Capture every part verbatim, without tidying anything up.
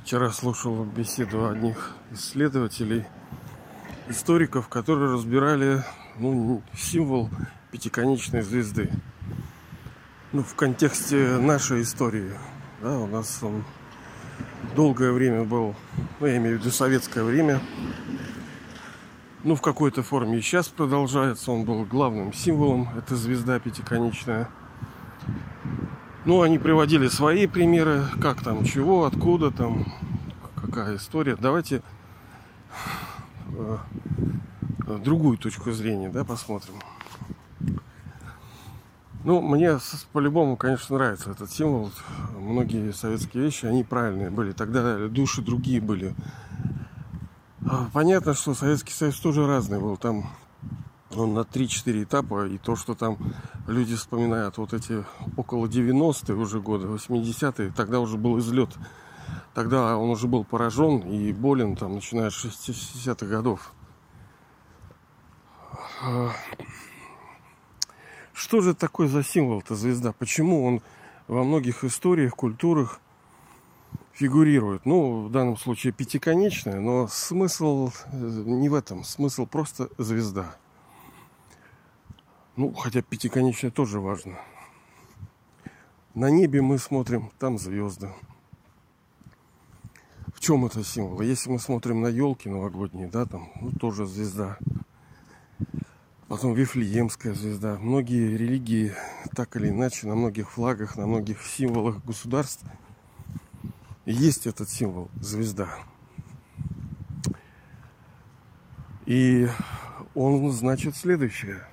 Вчера слушал беседу одних исследователей, историков, которые разбирали ну, символ пятиконечной звезды. Ну, в контексте нашей истории. Да, у нас он долгое время был, ну, я имею в виду советское время. Ну, в какой-то форме и сейчас продолжается. Он был главным символом, это звезда пятиконечная. Ну, они приводили свои примеры, как там, чего, откуда там, какая история. Давайте э, другую точку зрения, да, посмотрим. Ну, мне по-любому, конечно, нравится этот символ. Многие советские вещи, они правильные были. Тогда души другие были. Понятно, что Советский Союз тоже разный был. Там он на три-четыре этапа. И то, что там люди вспоминают вот эти около девяностые уже годы, восьмидесятые, тогда уже был излет. Тогда он уже был поражен и болен, там, начиная с шестидесятых годов. Что же такое за символ-то звезда? Почему он во многих историях, культурах фигурирует? Ну, в данном случае пятиконечная, но смысл не в этом. Смысл просто звезда. Ну, хотя пятиконечная тоже важно. На небе мы смотрим, там звезды. В чем это символ? Если мы смотрим на елки новогодние, да, там, ну, тоже звезда. Потом Вифлеемская звезда. Многие религии, так или иначе, на многих флагах, на многих символах государств есть этот символ звезда. И он значит следующее.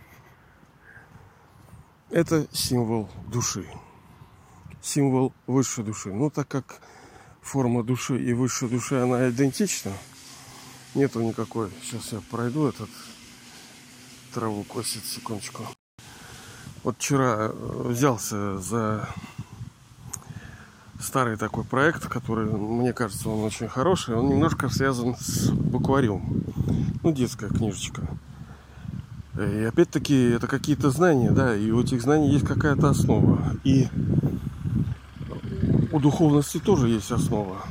Это символ души. Символ высшей души. Ну, так как форма души и высшей души, она идентична, нету никакой. Сейчас я пройду этот... Траву косит, секундочку. Вот вчера взялся за старый такой проект, который, мне кажется, он очень хороший. Он немножко связан с букварем. Ну, детская книжечка. И опять-таки, это какие-то знания, да, и у этих знаний есть какая-то основа. И у духовности тоже есть основа.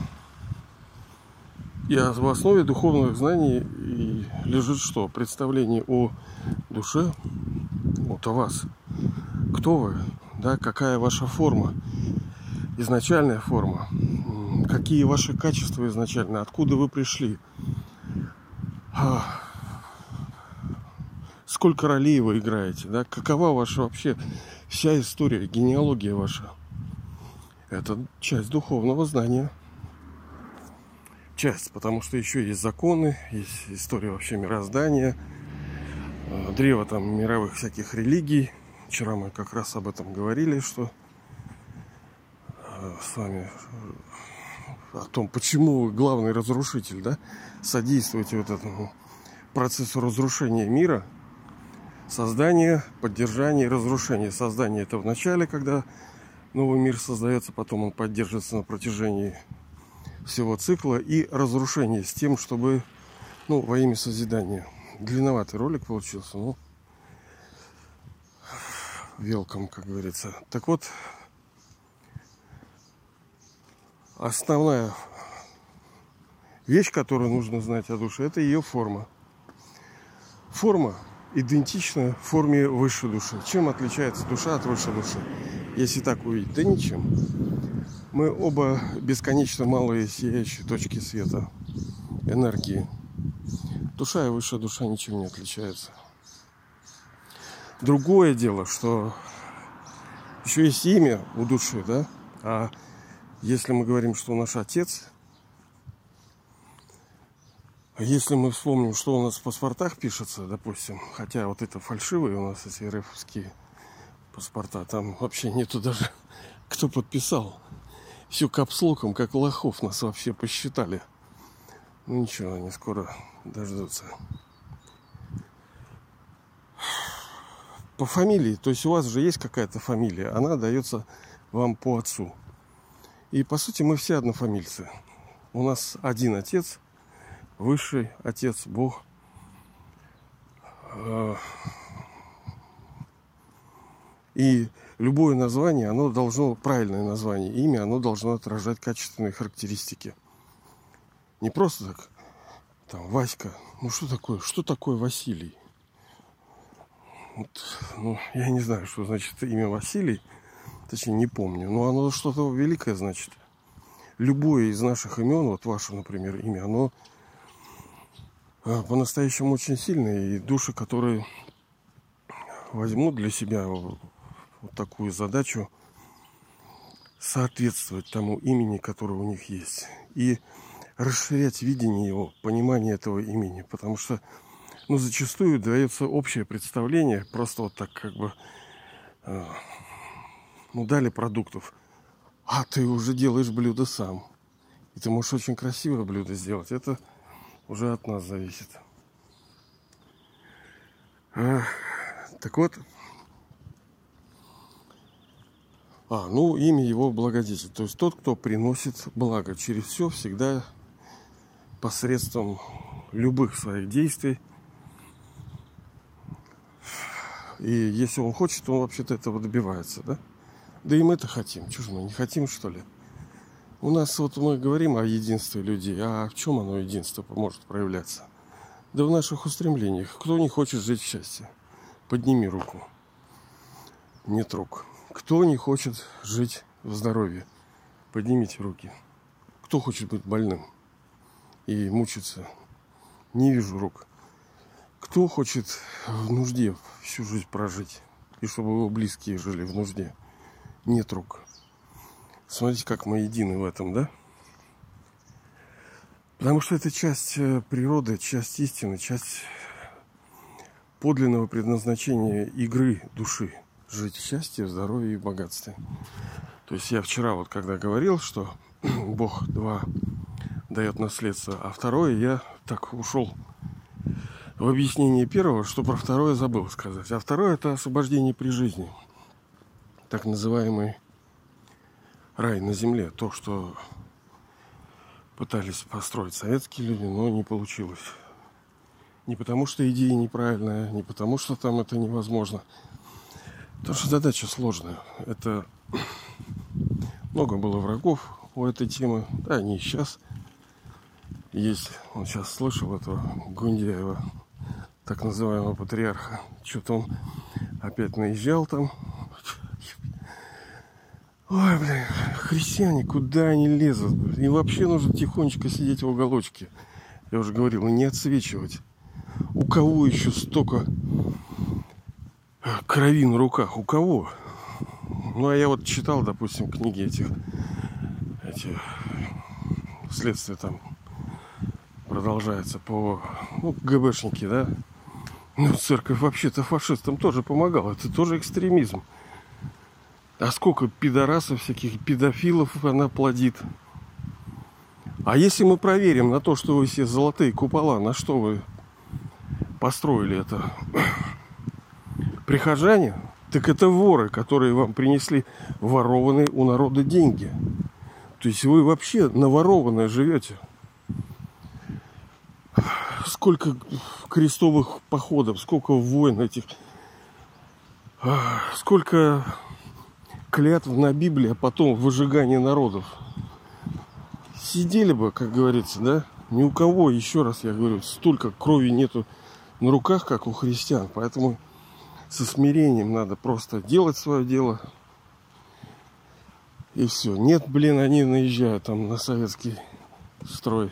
И в основе духовных знаний лежит что? Представление о душе, вот о вас. Кто вы? Да, какая ваша форма? Изначальная форма. Какие ваши качества изначально? Откуда вы пришли? Сколько ролей вы играете? Да? Какова ваша вообще вся история, генеалогия ваша? Это часть духовного знания. Часть, потому что еще есть законы, есть история вообще мироздания, древо там мировых всяких религий. Вчера мы как раз об этом говорили, что с вами о том, почему главный разрушитель, да, содействует вот этому процессу разрушения мира, создания, поддержания и разрушения. Создание это в начале, когда новый мир создается, потом он поддерживается на протяжении всего цикла, и разрушение с тем, чтобы, ну, во имя созидания. Длинноватый ролик получился, ну, велком, как говорится. Так вот, основная вещь, которую нужно знать о душе, это ее форма. Форма идентична форме высшей души. Чем отличается душа от высшей души? Если так увидеть, да ничем. Мы оба бесконечно малые сияющие точки света, энергии. Душа и высшая душа ничем не отличаются. Другое дело, что еще есть имя у души, да? А если мы говорим, что наш отец, если мы вспомним, что у нас в паспортах пишется, допустим, хотя вот это фальшивые у нас эти РФовские паспорта, там вообще нету даже кто подписал. Все капслоком, как лохов, нас вообще посчитали. Ну ничего, они скоро дождутся. По фамилии, то есть у вас же есть какая-то фамилия, она дается вам по отцу. И по сути мы все однофамильцы. У нас один отец, высший отец, Бог. И любое название, оно должно, правильное название, имя, оно должно отражать качественные характеристики Не просто так, там, Васька. Ну что такое? Что такое Василий? Вот, ну, я не знаю, что значит имя Василий. Точнее, не помню. Но оно что-то великое значит. Любое из наших имен, вот ваше, например, имя, оно по-настоящему очень сильное. И души, которые возьмут для себя вот такую задачу соответствовать тому имени, которое у них есть. И расширять видение его, понимание этого имени. Потому что, ну, зачастую дается общее представление, просто вот так как бы, э, ну, дали продуктов, а ты уже делаешь блюдо сам. И ты можешь очень красивое блюдо сделать. Это уже от нас зависит. А, так вот. А, ну, имя его благодетель. То есть тот, кто приносит благо через все, всегда посредством любых своих действий. И если он хочет, он вообще-то этого добивается, да? Да и мы-то хотим. Чего же мы не хотим, что ли? У нас вот мы говорим о единстве людей. А в чем оно, единство, может проявляться? Да в наших устремлениях. Кто не хочет жить в счастье? Подними руку. Нет рук. Кто не хочет жить в здоровье? Поднимите руки. Кто хочет быть больным и мучиться? Не вижу рук. Кто хочет в нужде всю жизнь прожить? И чтобы его близкие жили в нужде? Нет рук. Смотрите, как мы едины в этом, да? Потому что это часть природы, часть истины, часть подлинного предназначения игры души. Жить в счастье, в здоровье и в богатстве. То есть я вчера вот когда говорил, что Бог два дает наследство, а второе я так ушел в объяснение первого, что про второе забыл сказать. А второе — это освобождение при жизни. Так называемый рай на земле. То, что пытались построить советские люди, но не получилось. Не потому, что идея неправильная, не потому, что там это невозможно. Потому что задача сложная. Это много было врагов у этой темы. Да, они и сейчас есть. Он сейчас слышал этого Гундяева, так называемого патриарха. Что-то он опять наезжал там. Ой, блин, христиане, куда они лезут? И вообще нужно тихонечко сидеть в уголочке. Я уже говорил, и не отсвечивать. У кого еще столько крови на руках? У кого? Ну, а я вот читал, допустим, книги этих, эти следствия там продолжается по, ну, ГБшники, да? Ну, церковь вообще-то фашистам тоже помогала. Это тоже экстремизм. А сколько пидорасов, всяких педофилов она плодит. А если мы проверим на то, что вы все золотые купола, на что вы построили это? Прихожане? Так это воры, которые вам принесли ворованные у народа деньги. То есть вы вообще наворованное живете. Сколько крестовых походов, сколько войн этих, сколько клятв на Библии, а потом выжигание народов. Сидели бы, как говорится, да? Ни у кого, еще раз я говорю, столько крови нету на руках, как у христиан. Поэтому со смирением надо просто делать свое дело. И все. Нет, блин, они наезжают там на советский строй.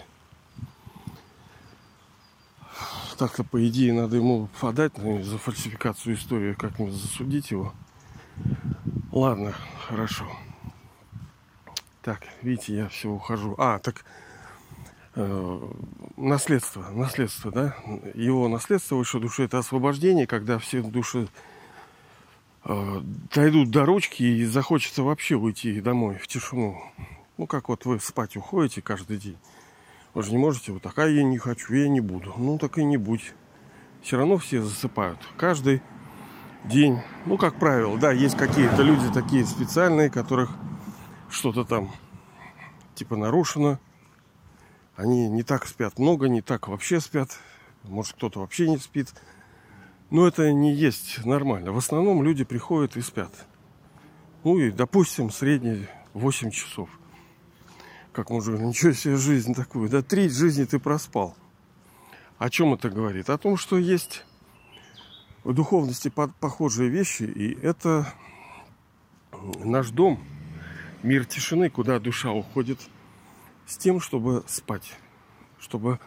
Так-то, по идее, надо ему подать, наверное, за фальсификацию истории, как-нибудь засудить его. Ладно, хорошо. Так, видите, я все ухожу. А, так э, наследство, наследство, да? Его наследство высшей души — это освобождение, когда все души э, дойдут до ручки и захочется вообще уйти домой в тишину. Ну, как вот вы спать уходите каждый день. Вы же не можете вот так: а я не хочу, я не буду. Ну, так и не будь. Все равно все засыпают. Каждый день. Ну, как правило, да, есть какие-то люди такие специальные, которых что-то там типа нарушено. Они не так спят много, не так вообще спят. Может, кто-то вообще не спит. Но это не есть нормально. В основном люди приходят и спят. Ну и, допустим, средний восемь часов. как мужик, ничего себе жизнь такую. Да треть жизни ты проспал. О чем это говорит? О том, что есть в духовности похожие вещи. И это наш дом, мир тишины, куда душа уходит с тем, чтобы спать. Чтобы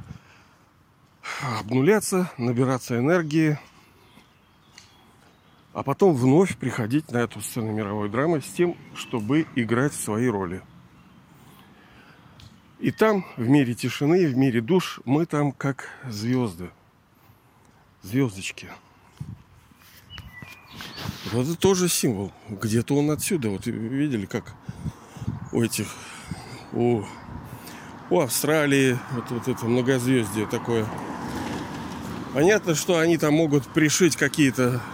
обнуляться, набираться энергии. А потом вновь приходить на эту сцену мировой драмы с тем, чтобы играть свои роли. И там, в мире тишины, в мире душ, мы там как звезды. Звездочки. Вот это тоже символ. Где-то он отсюда. Вот видели, как у этих, у, у Австралии, вот, вот это многозвездие такое. Понятно, что они там могут пришить какие-то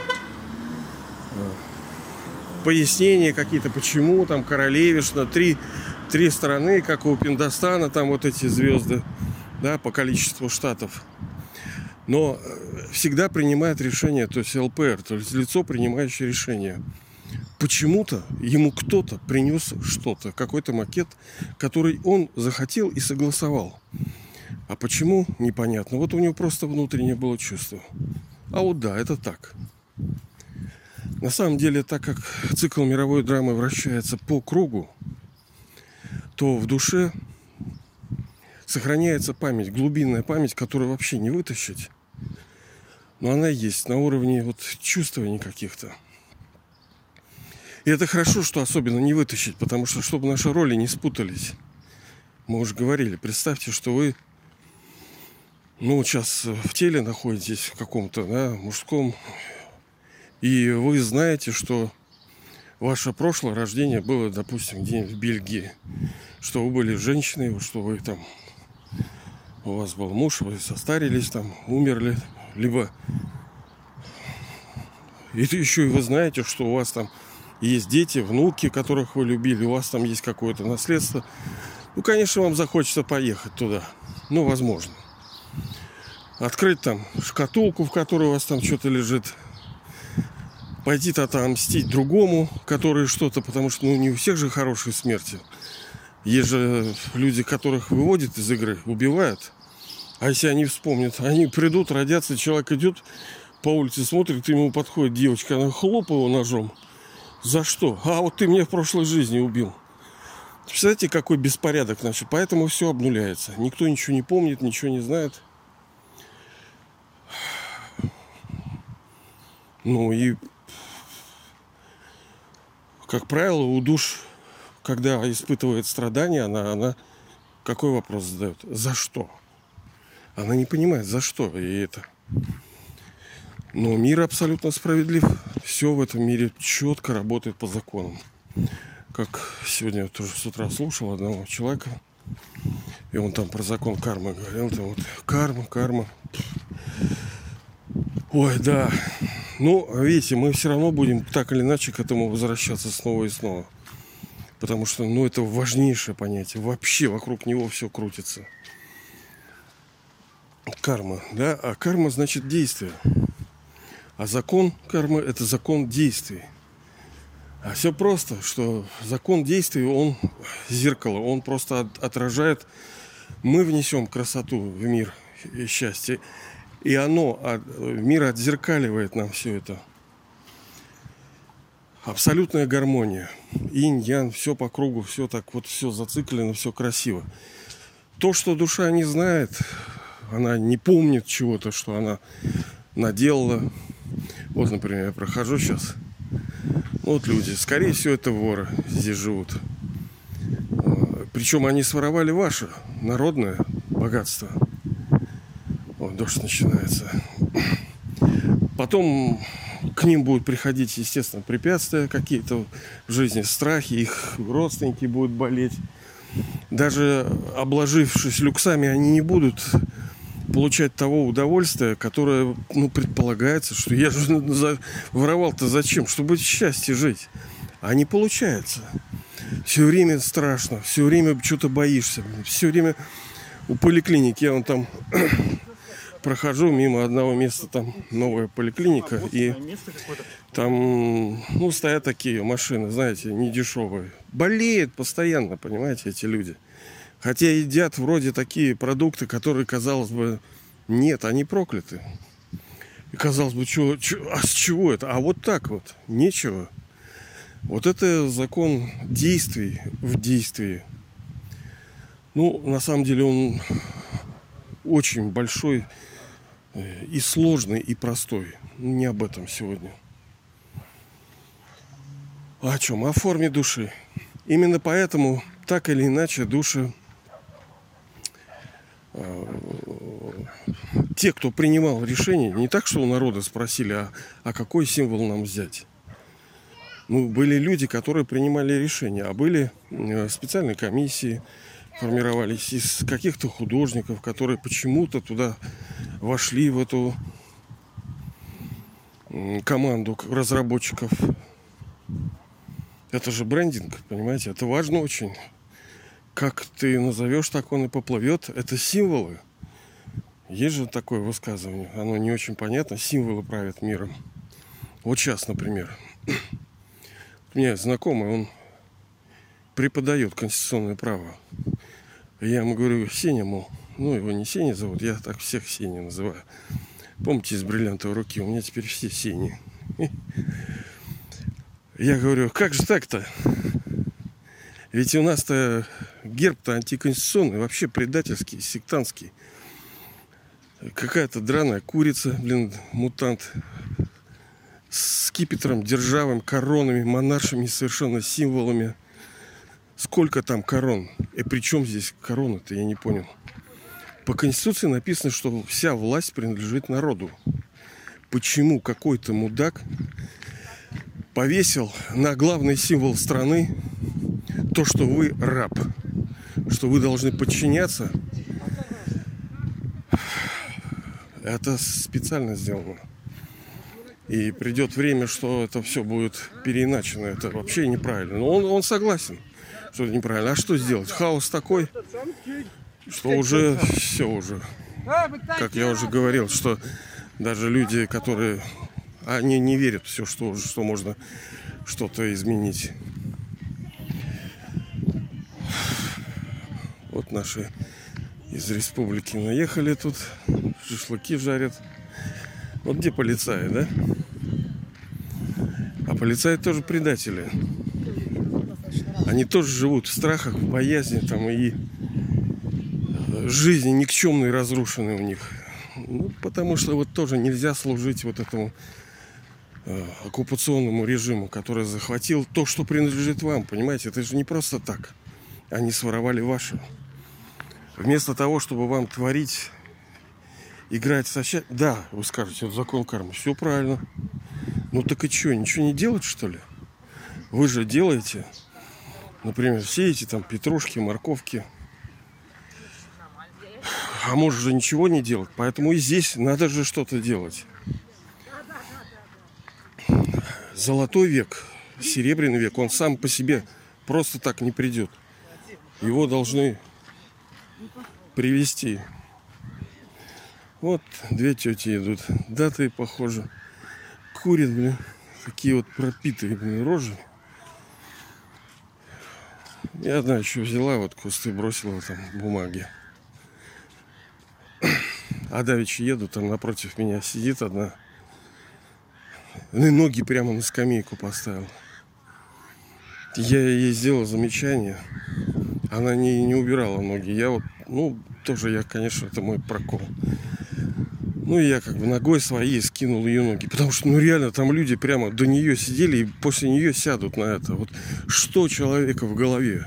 пояснения какие-то, почему там Королевишна, три, три страны, как у Пиндостана, там вот эти звезды, да, по количеству штатов. Но всегда принимает решение, то есть эл пэ эр, то есть лицо, принимающее решение. Почему-то ему кто-то принес что-то, какой-то макет, который он захотел и согласовал. А почему, непонятно. Вот у него просто внутреннее было чувство. А вот да, это так. На самом деле, так как цикл мировой драмы вращается по кругу, то в душе сохраняется память, глубинная память, которую вообще не вытащить. Но она есть на уровне вот чувствований каких-то. И это хорошо, что особенно не вытащить, потому что, чтобы наши роли не спутались. Мы уже говорили, представьте, что вы, ну, сейчас в теле находитесь в каком-то, да, мужском. И вы знаете, что ваше прошлое рождение было, допустим, где-нибудь в Бельгии. Что вы были женщиной, что вы там, у вас был муж, вы состарились там, умерли. Либо и еще и вы знаете, что у вас там есть дети, внуки, которых вы любили, у вас там есть какое-то наследство. Ну, конечно, вам захочется поехать туда. Ну, возможно. Открыть там шкатулку, в которой у вас там что-то лежит. Пойти-то отомстить другому, который что-то, потому что ну, не у всех же хорошие смерти. Есть же люди, которых выводят из игры, убивают. А если они вспомнят, они придут, родятся, человек идет по улице, смотрит, ему подходит девочка, она хлопает его ножом. За что? А вот ты меня в прошлой жизни убил. Представляете, какой беспорядок, значит, поэтому все обнуляется. Никто ничего не помнит, ничего не знает. Ну и как правило, у душ, когда испытывает страдания, она, она какой вопрос задает? За что? Она не понимает, за что ей это. Но мир абсолютно справедлив. Все в этом мире четко работает по законам. Как сегодня я тоже с утра слушал одного человека, и он там про закон кармы говорил. Там вот карма, карма. Ой, да. Ну, видите, мы все равно будем так или иначе к этому возвращаться снова и снова. Потому что, ну, это важнейшее понятие. Вообще вокруг него все крутится. Карма, да? А карма значит действие. А закон кармы – это закон действий. А все просто, что закон действий, он зеркало, он просто отражает. Мы внесем красоту в мир и счастье. И оно, мир отзеркаливает нам все это. Абсолютная гармония. Инь-ян, все по кругу, все так вот, все зациклено, все красиво. То, что душа не знает, она не помнит чего-то, что она наделала. Вот, например, я прохожу сейчас. Вот люди, скорее всего, это воры здесь живут. Причем они своровали ваше народное богатство. Вот, дождь начинается. Потом к ним будут приходить, естественно, препятствия какие-то в жизни, страхи, их родственники будут болеть. Даже обложившись люксами, они не будут получать того удовольствия, которое, ну, предполагается, что я же воровал-то зачем? Чтобы счастье жить. А не получается. Все время страшно, все время что-то боишься. Все время у поликлиники я вон там прохожу мимо одного места, там новая поликлиника, и там, ну, стоят такие машины, знаете, недешевые. Болеют постоянно, понимаете, эти люди. Хотя едят вроде такие продукты, которые, казалось бы, нет, они прокляты. И казалось бы, чё, чё, а с чего это? А вот так вот, нечего. Вот это закон действий в действии. Ну, на самом деле он очень большой и сложный, и простой. Не об этом сегодня. О чем? О форме души. Именно поэтому, так или иначе, души, э, те, кто принимал решение, не так, что у народа спросили, а, а какой символ нам взять. Ну, были люди, которые принимали решения, а были э, специальные комиссии, формировались из каких-то художников, которые почему-то туда вошли, в эту команду разработчиков. Это же брендинг, понимаете? Это важно очень. Как ты назовешь, так он и поплывет. Это символы. Есть же такое высказывание. Оно не очень понятно. Символы правят миром. Вот сейчас, например. У меня знакомый, он преподает конституционное право. Я ему говорю, Сеня, мол, ну его не Сеня зовут, я так всех Сеня называю. Помните, из бриллиантовой руки, у меня теперь все Сени. Я говорю, как же так-то? Ведь у нас-то герб-то антиконституционный, вообще предательский, сектантский. Какая-то драная курица, блин, мутант, с скипетром, державым, коронами, монаршими совершенно символами. Сколько там корон? И при чем здесь корона-то, я не понял. По Конституции написано, что вся власть принадлежит народу. Почему какой-то мудак повесил на главный символ страны то, что вы раб, что вы должны подчиняться? Это специально сделано. И придет время, что это все будет переиначено. Это вообще неправильно. Но он, он согласен, что это неправильно. А что сделать? Хаос такой, что уже все уже. Как я уже говорил, что даже люди, которые... Они не верят все, что, что можно что-то изменить. Вот наши из республики наехали тут. Шашлыки жарят. Вот где полицаи, да? А полицаи тоже предатели. Они тоже живут в страхах, в боязни там, и жизни никчемные, разрушенные у них. Ну, потому что вот тоже нельзя служить вот этому э, оккупационному режиму, который захватил то, что принадлежит вам. Понимаете, это же не просто так. Они своровали ваше. Вместо того, чтобы вам творить, играть со счастьем. Да, вы скажете, это закон кармы. Все правильно. Ну так и что, ничего не делать, что ли? Вы же делаете. Например, сеете там петрушки, морковки. А может же ничего не делать. Поэтому и здесь надо же что-то делать. Золотой век, серебряный век, он сам по себе просто так не придет. Его должны привести. Вот две тети идут. Да, ты, похоже, курит, блин. Такие вот пропитые, блин, рожи. Я знаю, что взяла, вот кусты бросила там бумаги. А давеча еду, там напротив меня сидит одна. И ноги прямо на скамейку поставила. Я ей сделал замечание. Она не, не убирала ноги. Я вот, ну, тоже я, конечно, это мой прокол. Ну, и я как бы ногой своей скинул ее ноги. Потому что, ну, реально, там люди прямо до нее сидели и после нее сядут на это. Вот что человека в голове?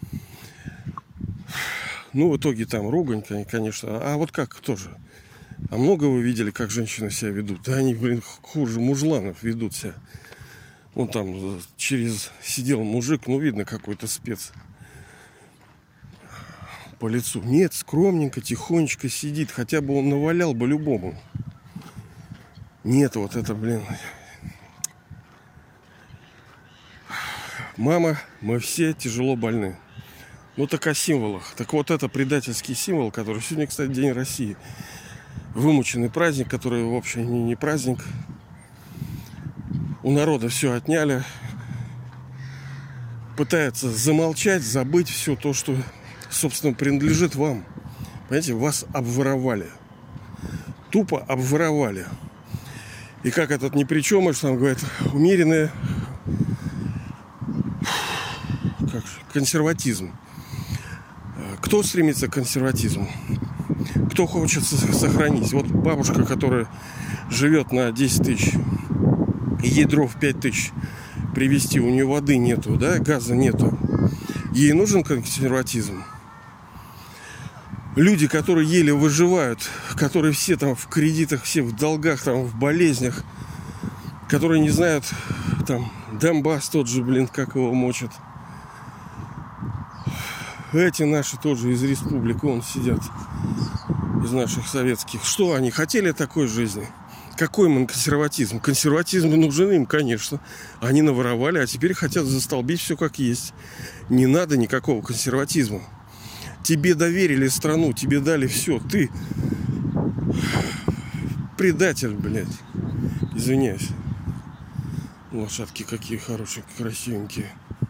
Ну, в итоге там ругань, конечно. А вот как тоже? А много вы видели, как женщины себя ведут? Да они, блин, хуже мужланов ведут себя. Вон там через сидел мужик, ну, видно, какой-то спец. По лицу. Нет, скромненько, тихонечко сидит. Хотя бы он навалял бы любому. Нет, вот это, блин. Мама, мы все тяжело больны. Ну так о символах. Так вот это предательский символ, который сегодня, кстати, День России. вымученный праздник, который в общем не, не праздник. У народа все отняли. Пытается замолчать, забыть все то, что, собственно, принадлежит вам. Понимаете, вас обворовали. Тупо обворовали. И как этот непричемыш там говорит, умеренный как же, консерватизм. Кто стремится к консерватизму? Кто хочет сохранить? Вот бабушка, которая живет на десять тысяч, ей дров пять тысяч привезти, у нее воды нету, да, газа нету. Ей нужен консерватизм. Люди, которые еле выживают, которые все там в кредитах, все в долгах, там в болезнях, которые не знают, там, Донбасс тот же, блин, как его мочат. Эти наши тоже из республик, вон сидят, из наших советских. Что они хотели такой жизни? Какой им консерватизм? Консерватизм нужен им, конечно. Они наворовали, а теперь хотят застолбить все как есть. Не надо никакого консерватизма. Тебе доверили страну, тебе дали все. Ты предатель, блядь. Извиняюсь. Лошадки какие хорошие, красивенькие.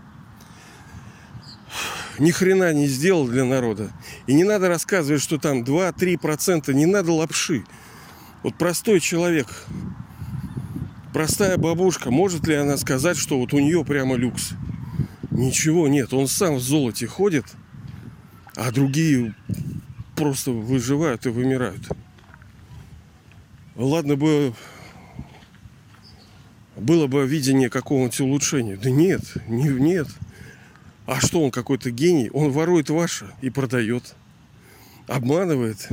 Ни хрена не сделал для народа. И не надо рассказывать, что там два-три процента. Не надо лапши. Вот простой человек, простая бабушка, может ли она сказать, что вот у нее прямо люкс? Ничего нет. Он сам в золоте ходит, а другие просто выживают и вымирают. Ладно бы было бы видение какого-нибудь улучшения. Да нет, не, нет. А что, он какой-то гений? Он ворует ваше и продает. Обманывает.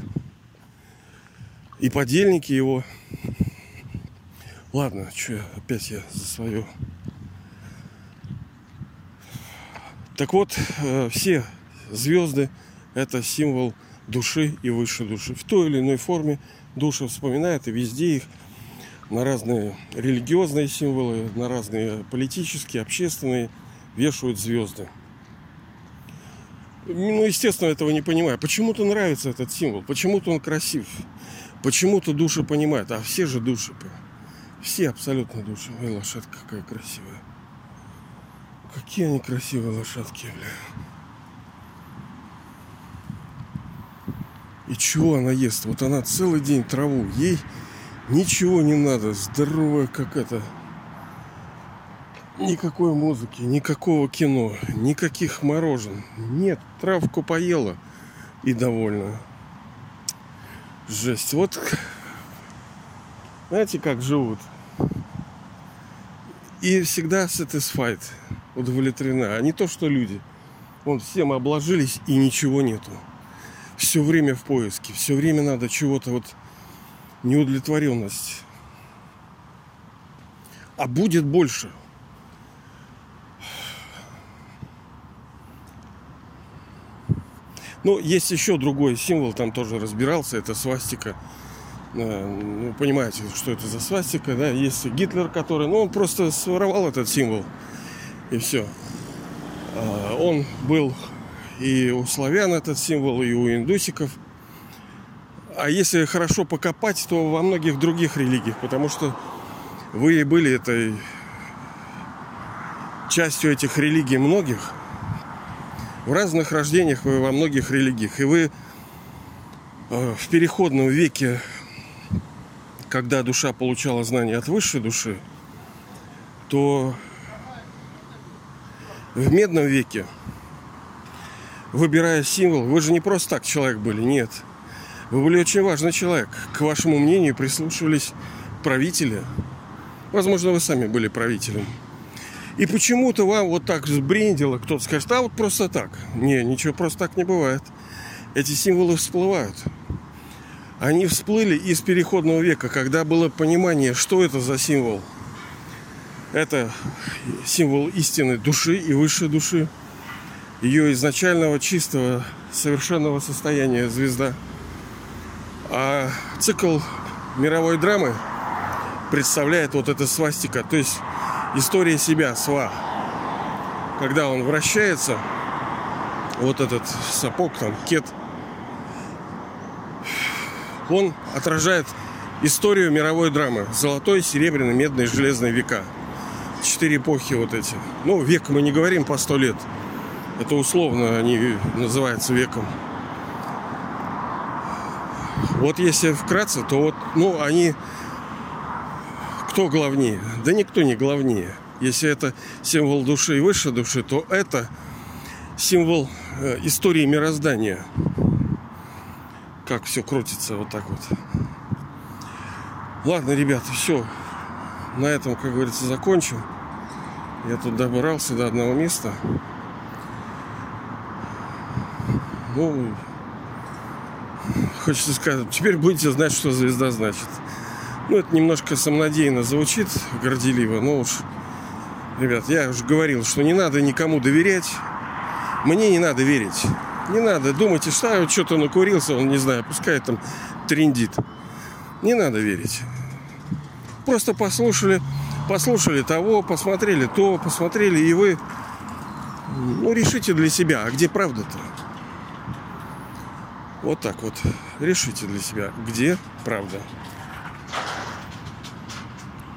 И подельники его. Ладно, что опять я за свое. Так вот, все звезды — это символ души и высшей души. В той или иной форме души вспоминают, и везде их на разные религиозные символы, на разные политические, общественные вешают звезды. Ну, естественно, этого не понимаю. Почему-то нравится этот символ, почему-то он красив, почему-то души понимают. А все же души, все абсолютно души. Ой, лошадка какая красивая. Какие они красивые лошадки, бля. И чего она ест? Вот она целый день траву. Ей ничего не надо. Здоровая как это. Никакой музыки, никакого кино, никаких морожен. Нет, травку поела и довольна. Жесть. Вот знаете, как живут. И всегда satisfied, удовлетворена. А не то, что люди. Вон всем обложились и ничего нету. Все время в поиске. Все время надо чего-то вот неудовлетворенность. А будет больше. Ну, есть еще другой символ, там тоже разбирался, это свастика. Ну, понимаете, что это за свастика, да? Есть Гитлер, который, ну, он просто своровал этот символ, и все. Он был и у славян этот символ, и у индусиков. А если хорошо покопать, то во многих других религиях, потому что вы были этой частью этих религий многих. В разных рождениях вы во многих религиях. И вы э, в переходном веке, когда душа получала знания от высшей души, то в медном веке, выбирая символ, вы же не просто так человек были, нет. Вы были очень важный человек. К вашему мнению прислушивались правители. Возможно, вы сами были правителем. И почему-то вам вот так сбрендило, кто-то скажет, а вот просто так. Не, ничего просто так не бывает. Эти символы всплывают. Они всплыли из переходного века, когда было понимание, что это за символ. Это символ истины души и высшей души. Ее изначального, чистого, совершенного состояния звезда. А цикл мировой драмы представляет вот эта свастика. То есть история себя, сва. Когда он вращается, вот этот сапог, там, кет, Он отражает историю мировой драмы. Золотой, серебряный, медный, железный века. Четыре эпохи вот эти. Ну, век мы не говорим по сто лет. Это условно они называются веком. Вот если вкратце, то вот, ну, они... Кто главнее? Да никто не главнее. Если это символ души и высшей души, то это символ э, истории мироздания. Как все крутится вот так вот. Ладно, ребята, все. На этом, как говорится, закончим. Я тут добрался до одного места. Ну, хочется сказать, теперь будете знать, что звезда значит. Ну, это немножко самонадеянно звучит, горделиво, но уж, ребят, я уже говорил, что не надо никому доверять. Мне не надо верить. Не надо. Думайте, что вот что-то накурился, он, не знаю, пускай там трендит. Не надо верить. Просто послушали, послушали того, посмотрели то, посмотрели, и вы, ну, решите для себя, а где правда-то? Вот так вот. Решите для себя, где правда.